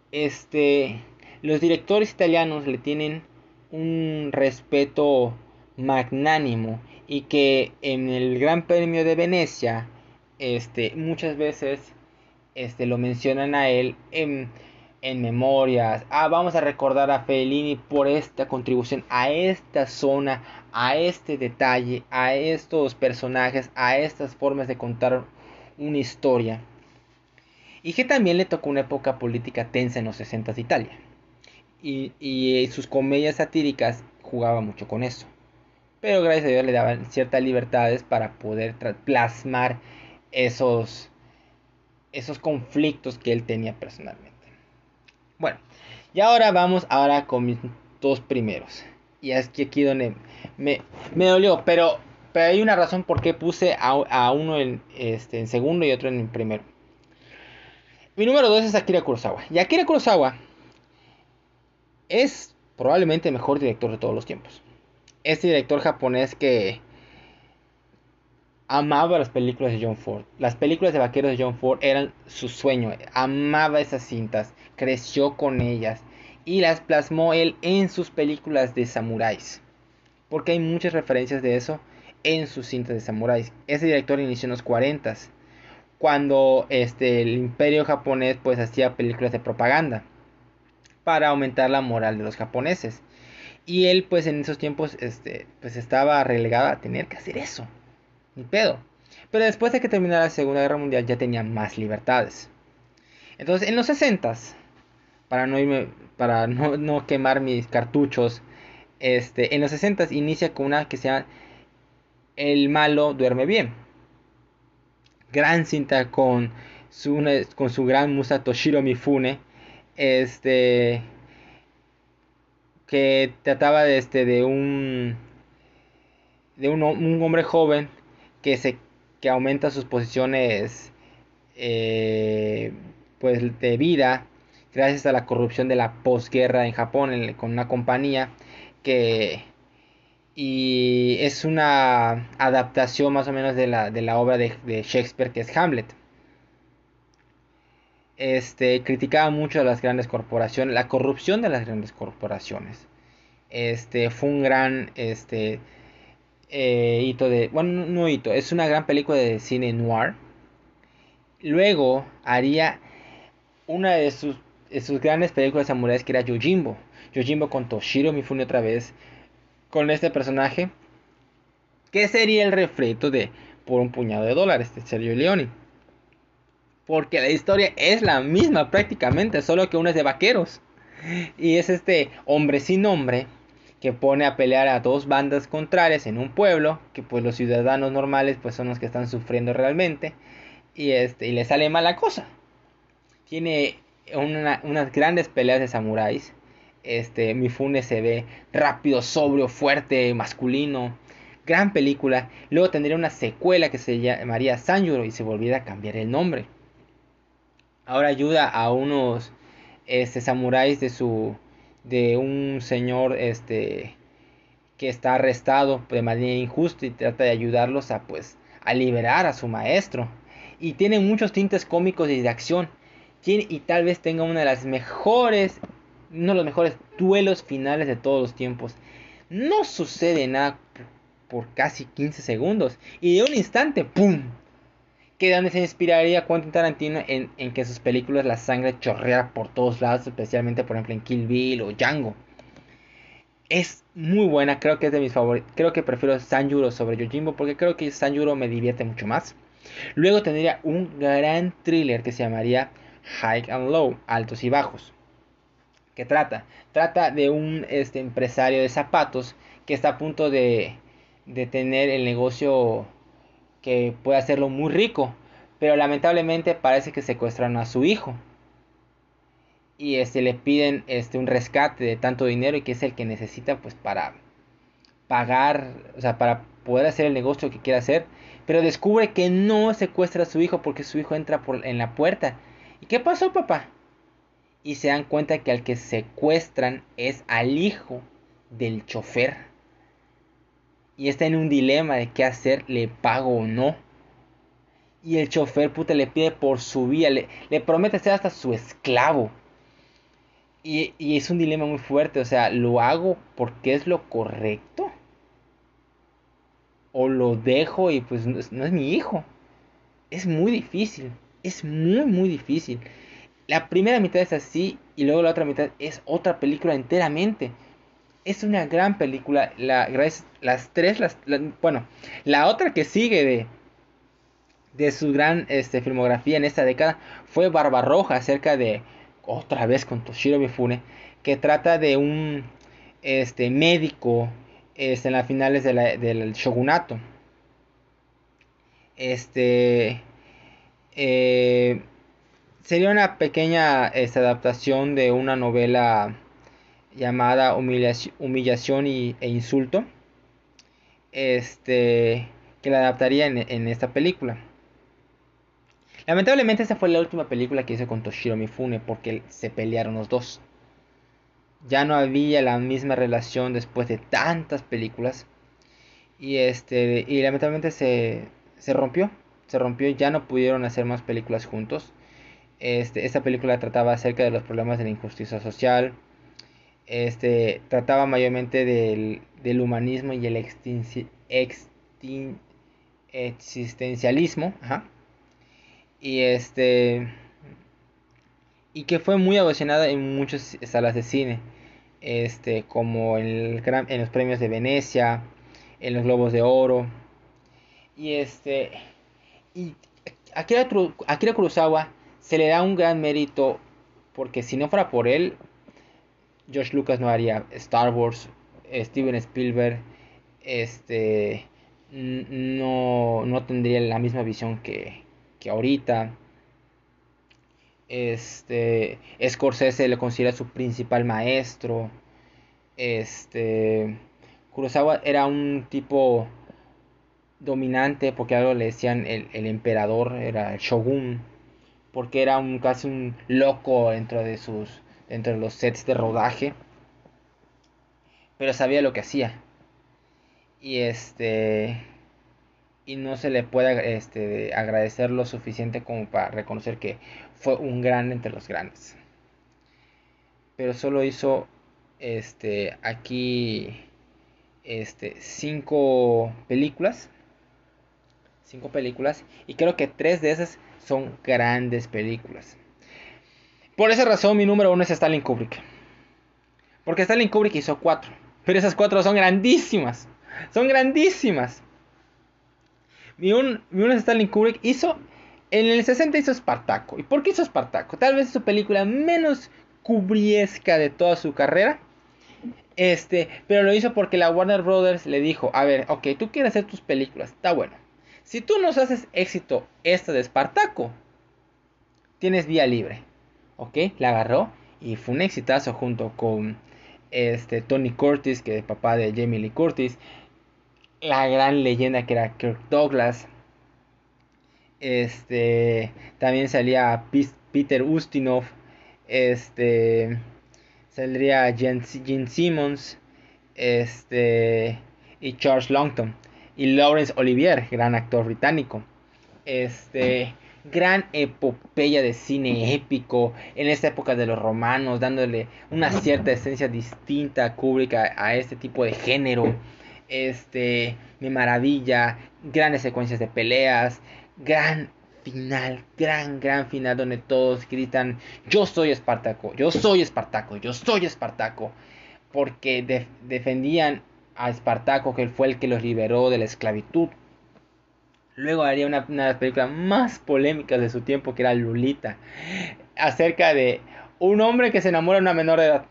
los directores italianos le tienen un respeto magnánimo y que en el Gran Premio de Venecia, muchas veces, lo mencionan a él en memorias. Ah, vamos a recordar a Fellini por esta contribución a esta zona, a este detalle, a estos personajes, a estas formas de contar una historia. Y que también le tocó una época política tensa en los 60 de Italia. Y sus comedias satíricas jugaban mucho con eso. Pero gracias a Dios le daban ciertas libertades para poder plasmar esos conflictos que él tenía personalmente. Bueno, y ahora vamos con mis dos primeros. Y es que aquí donde me dolió, pero hay una razón por qué puse a uno en segundo y otro en primero. Mi número 2 es Akira Kurosawa. Y Akira Kurosawa es probablemente el mejor director de todos los tiempos. Este director japonés que amaba las películas de John Ford. Las películas de vaqueros de John Ford eran su sueño. Amaba esas cintas, creció con ellas y las plasmó él en sus películas de samuráis. Porque hay muchas referencias de eso en sus cintas de samuráis. Ese director inició en los 40 cuando el imperio japonés pues hacía películas de propaganda para aumentar la moral de los japoneses. Y él pues en esos tiempos pues estaba relegado a tener que hacer eso. Ni pedo. Pero después de que terminara la Segunda Guerra Mundial ya tenía más libertades. Entonces en los 60s, para no quemar mis cartuchos, en los 60s inicia con una que se llama El malo duerme bien. Gran cinta con su gran musa Toshiro Mifune. Que trataba de un hombre joven que aumenta sus posiciones pues de vida gracias a la corrupción de la posguerra en Japón con una compañía y es una adaptación más o menos de la obra de Shakespeare, que es Hamlet. Criticaba mucho a las grandes corporaciones, la corrupción de las grandes corporaciones. Fue un gran hito bueno, no hito, es una gran película de cine noir. Luego haría una de sus grandes películas samuráis, que era Yojimbo. Yojimbo con Toshiro Mifune otra vez, con este personaje que sería el refrito de Por un puñado de dólares de Sergio Leone. Porque la historia es la misma prácticamente, solo que una es de vaqueros. Y es este hombre sin nombre que pone a pelear a dos bandas contrarias en un pueblo, que pues los ciudadanos normales pues son los que están sufriendo realmente. Y le sale mal la cosa. Tiene unas grandes peleas de samuráis. Mifune se ve rápido, sobrio, fuerte, masculino. Gran película. Luego tendría una secuela que se llamaría Sanjuro y se volviera a cambiar el nombre. Ahora ayuda a unos samuráis de un señor que está arrestado de manera injusta y trata de ayudarlos a liberar a su maestro. Y tiene muchos tintes cómicos y de acción. Y tal vez tenga uno de los mejores duelos finales de todos los tiempos. No sucede nada por casi 15 segundos. Y de un instante, ¡pum! Que de donde se inspiraría Quentin Tarantino en que sus películas la sangre chorreara por todos lados, especialmente por ejemplo en Kill Bill o Django. Es muy buena, creo que es de mis favoritos. Creo que prefiero Sanjuro sobre Yojimbo porque creo que Sanjuro me divierte mucho más. Luego tendría un gran thriller que se llamaría High and Low, altos y bajos. ¿Qué trata? Trata de un empresario de zapatos que está a punto de tener el negocio que puede hacerlo muy rico, pero lamentablemente parece que secuestraron a su hijo y le piden un rescate de tanto dinero y que es el que necesita pues para pagar, o sea, para poder hacer el negocio que quiere hacer, pero descubre que no secuestra a su hijo porque su hijo entra en la puerta. ¿Y qué pasó, papá? Y se dan cuenta que al que secuestran es al hijo del chofer. Y está en un dilema de qué hacer, le pago o no. Y el chofer, puta, le pide por su vida, le promete ser hasta su esclavo. Y es un dilema muy fuerte, o sea, ¿lo hago porque es lo correcto? ¿O lo dejo y pues no es mi hijo? Es muy difícil, es muy muy difícil. La primera mitad es así y luego la otra mitad es otra película enteramente. Es una gran película, las tres, bueno, la otra que sigue de su gran filmografía en esta década fue Barbarroja, acerca de, otra vez con Toshiro Mifune, que trata de un médico en las finales del shogunato. Este eh, Sería una pequeña adaptación de una novela llamada Humillación e Insulto, que la adaptaría en esta película. Lamentablemente esa fue la última película que hizo con Toshiro Mifune porque se pelearon los dos. Ya no había la misma relación después de tantas películas y lamentablemente se rompió y ya no pudieron hacer más películas juntos. Esta película trataba acerca de los problemas de la injusticia social. Trataba mayormente del humanismo y el existencialismo. Ajá. Y y que fue muy ovacionada en muchas salas de cine. Como en los premios de Venecia, en los Globos de Oro. Y y Akira Kurosawa se le da un gran mérito porque si no fuera por él, George Lucas no haría Star Wars, Steven Spielberg, no tendría la misma visión que ahorita. Scorsese le considera su principal maestro. Kurosawa era un tipo dominante porque algo le decían el emperador, era el shogun, porque era casi un loco dentro de los sets de rodaje, pero sabía lo que hacía. Y y no se le puede agradecer lo suficiente como para reconocer que fue un grande entre los grandes. Pero solo hizo aquí cinco películas. Cinco películas. Y creo que tres de esas son grandes películas. Por esa razón mi número uno es Stanley Kubrick. Porque Stanley Kubrick hizo cuatro. Pero esas cuatro son grandísimas. Son grandísimas. Mi uno es Stanley Kubrick. En el 60 hizo Espartaco. ¿Y por qué hizo Espartaco? Tal vez es su película menos kubriesca de toda su carrera. Pero lo hizo porque la Warner Brothers le dijo, a ver, ok, tú quieres hacer tus películas, está bueno. Si tú nos haces éxito esta de Espartaco, tienes vía libre. Ok, la agarró y fue un exitazo junto con Tony Curtis, que es papá de Jamie Lee Curtis, la gran leyenda que era Kirk Douglas. También salía Peter Ustinov, saldría Gene Simmons, y Charles Longton y Laurence Olivier, gran actor británico. Gran epopeya de cine épico en esta época de los romanos, dándole una cierta esencia distinta a Kubrick a este tipo de género. Me maravilla, grandes secuencias de peleas, gran final, gran final donde todos gritan: yo soy Espartaco, yo soy Espartaco, yo soy Espartaco. porque defendían a Espartaco, que fue el que los liberó de la esclavitud. Luego haría una de las películas más polémicas de su tiempo, que era Lolita, acerca de un hombre que se enamora de una menor de edad.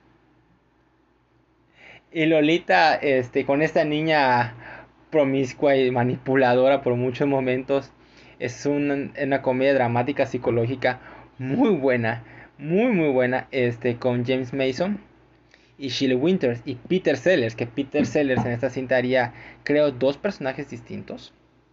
Y Lolita, con esta niña promiscua y manipuladora por muchos momentos, es una comedia dramática psicológica muy buena, muy muy buena, con James Mason y Shelley Winters y Peter Sellers, que Peter Sellers en esta cinta haría, creo, dos personajes distintos.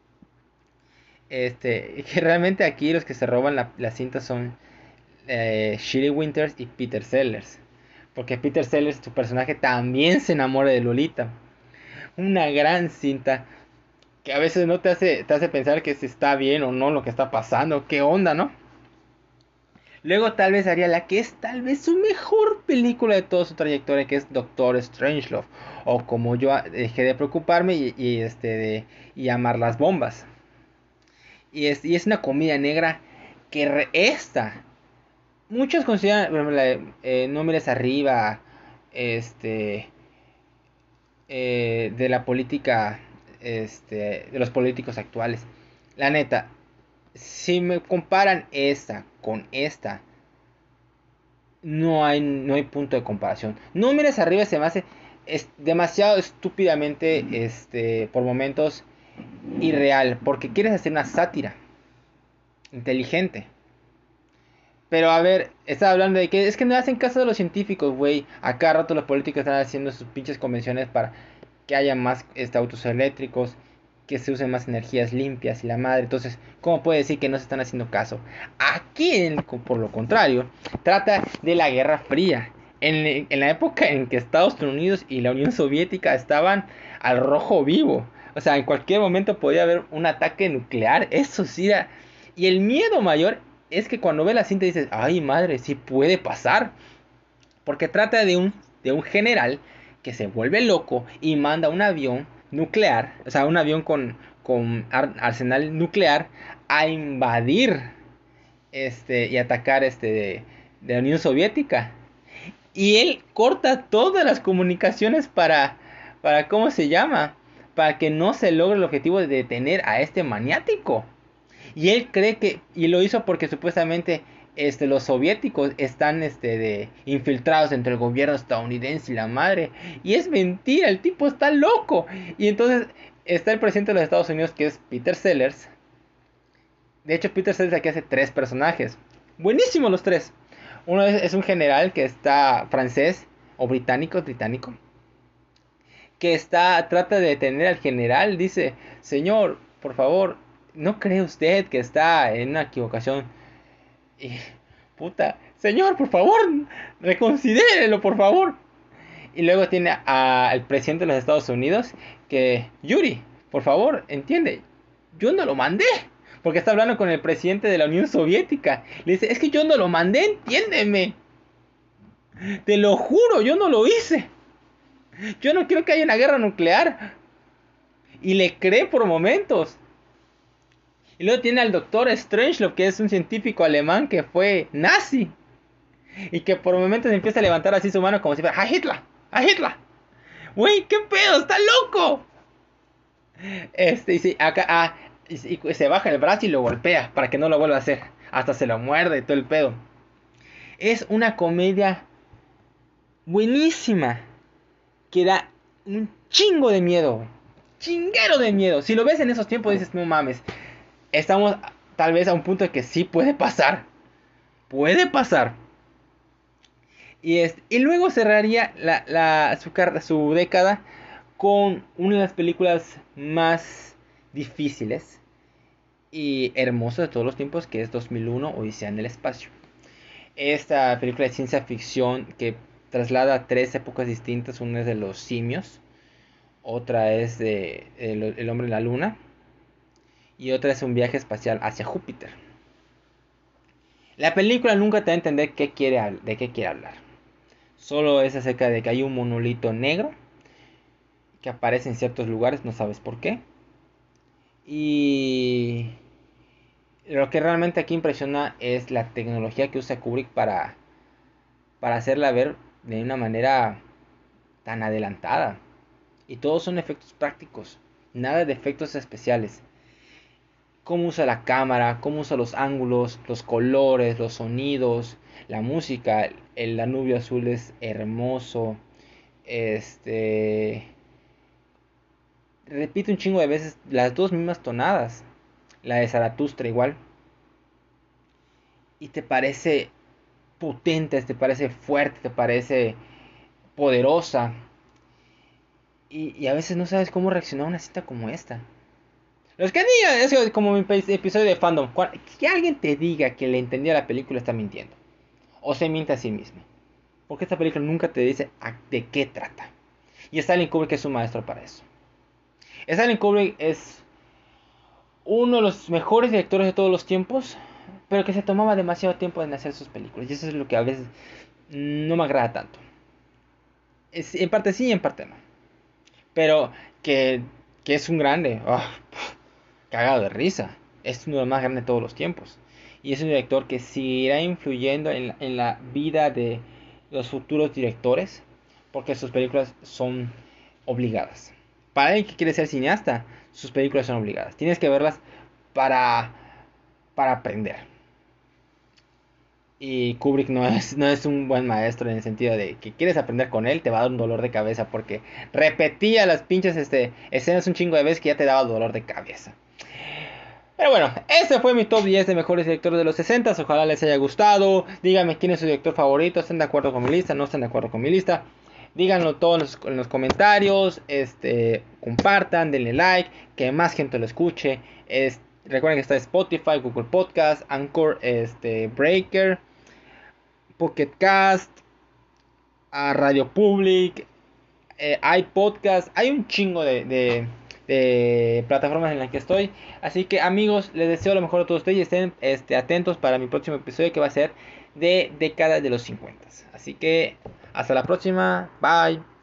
Que realmente aquí los que se roban la cinta son Shelley Winters y Peter Sellers. Porque Peter Sellers, su personaje, también se enamora de Lolita. Una gran cinta que a veces no te hace pensar que si está bien o no lo que está pasando. ¿Qué onda, no? Luego tal vez haría la que es tal vez su mejor película de toda su trayectoria, que es Doctor Strangelove. O Como yo dejé de preocuparme y amar las bombas. Y es una comedia negra que muchos consideran, por ejemplo, No mires arriba, este, de la política, de los políticos actuales. La neta, si me comparan esta con esta, no hay punto de comparación. No mires arriba, se me hace demasiado estúpidamente, por momentos irreal, porque quieres hacer una sátira inteligente. Pero a ver, estaba hablando de que es que no hacen caso de los científicos, güey. A cada rato los políticos están haciendo sus pinches convenciones para que haya más autos eléctricos, que se usen más energías limpias y la madre. Entonces, ¿cómo puede decir que no se están haciendo caso? Aquí, por lo contrario, trata de la Guerra Fría. En la época en que Estados Unidos y la Unión Soviética estaban al rojo vivo. O sea, en cualquier momento podía haber un ataque nuclear. Eso sí era. Y el miedo mayor es que cuando ve la cinta dices, ay madre, sí puede pasar. Porque trata de un general que se vuelve loco y manda un avión nuclear, o sea, un avión con arsenal nuclear a invadir y atacar de la Unión Soviética. Y él corta todas las comunicaciones para ¿cómo se llama? Para que no se logre el objetivo de detener a este maniático. Y él cree y lo hizo porque supuestamente los soviéticos están infiltrados entre el gobierno estadounidense y la madre. Y es mentira, el tipo está loco. Y entonces está el presidente de los Estados Unidos, que es Peter Sellers. De hecho, Peter Sellers aquí hace tres personajes. Buenísimos los tres. Uno es un general que está francés o británico, que trata de detener al general. Dice, señor, por favor, ¿no cree usted que está en una equivocación? Y, puta, señor, por favor, reconsidérelo, por favor. Y luego tiene al presidente de los Estados Unidos, que, Yuri, por favor, entiende, yo no lo mandé. Porque está hablando con el presidente de la Unión Soviética. Le dice, es que yo no lo mandé, entiéndeme. Te lo juro, yo no lo hice. Yo no quiero que haya una guerra nuclear. Y le cree por momentos. Y luego tiene al doctor Strangelove, que es un científico alemán que fue nazi. Y que por momentos empieza a levantar así su mano como si fuera ¡A Hitler! ¡A Hitler! ¡Wey! ¿Qué pedo? ¡Está loco! Y se baja el brazo y lo golpea para que no lo vuelva a hacer. Hasta se lo muerde y todo el pedo. Es una comedia buenísima. Que da un chingo de miedo. Chinguero de miedo. Si lo ves en esos tiempos dices, no mames. Estamos tal vez a un punto de que sí puede pasar. Puede pasar. Y luego cerraría su década con una de las películas más difíciles y hermosas de todos los tiempos, que es 2001, Odisea en el espacio. Esta película de ciencia ficción que traslada tres épocas distintas. Una es de los simios, otra es de el hombre en la luna y otra es un viaje espacial hacia Júpiter. La película nunca te da a entender de qué quiere hablar. Solo es acerca de que hay un monolito negro que aparece en ciertos lugares, no sabes por qué. Y lo que realmente aquí impresiona es la tecnología que usa Kubrick para hacerla ver de una manera tan adelantada. Y todos son efectos prácticos, nada de efectos especiales. Cómo usa la cámara, cómo usa los ángulos, los colores, los sonidos, la música. El Danubio Azul es hermoso. Repite un chingo de veces las dos mismas tonadas. La de Zaratustra igual. Y te parece potente, te parece fuerte, te parece poderosa. Y a veces no sabes cómo reaccionar a una cinta como esta. Los que digan, es como mi episodio de fandom. Que alguien te diga que le entendió la película está mintiendo. O se miente a sí mismo. Porque esta película nunca te dice de qué trata. Y Stanley Kubrick es un maestro para eso. Stanley Kubrick es uno de los mejores directores de todos los tiempos, pero que se tomaba demasiado tiempo en hacer sus películas. Y eso es lo que a veces no me agrada tanto. En parte sí y en parte no. Pero que es un grande. Cagado de risa. Es uno de los más grandes de todos los tiempos. Y es un director que seguirá influyendo en la vida de los futuros directores. Porque sus películas son obligadas. Para alguien que quiere ser cineasta, sus películas son obligadas. Tienes que verlas para aprender. Y Kubrick no es un buen maestro en el sentido de que quieres aprender con él, te va a dar un dolor de cabeza porque repetía las pinches escenas un chingo de veces que ya te daba dolor de cabeza. Pero bueno, ese fue mi top 10 de mejores directores de los 60. Ojalá les haya gustado. Díganme quién es su director favorito. ¿Están de acuerdo con mi lista? ¿No están de acuerdo con mi lista? Díganlo todo en los comentarios. Compartan, denle like. Que más gente lo escuche. Recuerden que está Spotify, Google Podcast, Anchor, Breaker, Pocket Cast, a Radio Public, iPodcast. Hay un chingo de plataformas en las que estoy. Así que amigos, les deseo lo mejor a todos ustedes y estén atentos para mi próximo episodio que va a ser de décadas de los 50. Así que hasta la próxima. Bye.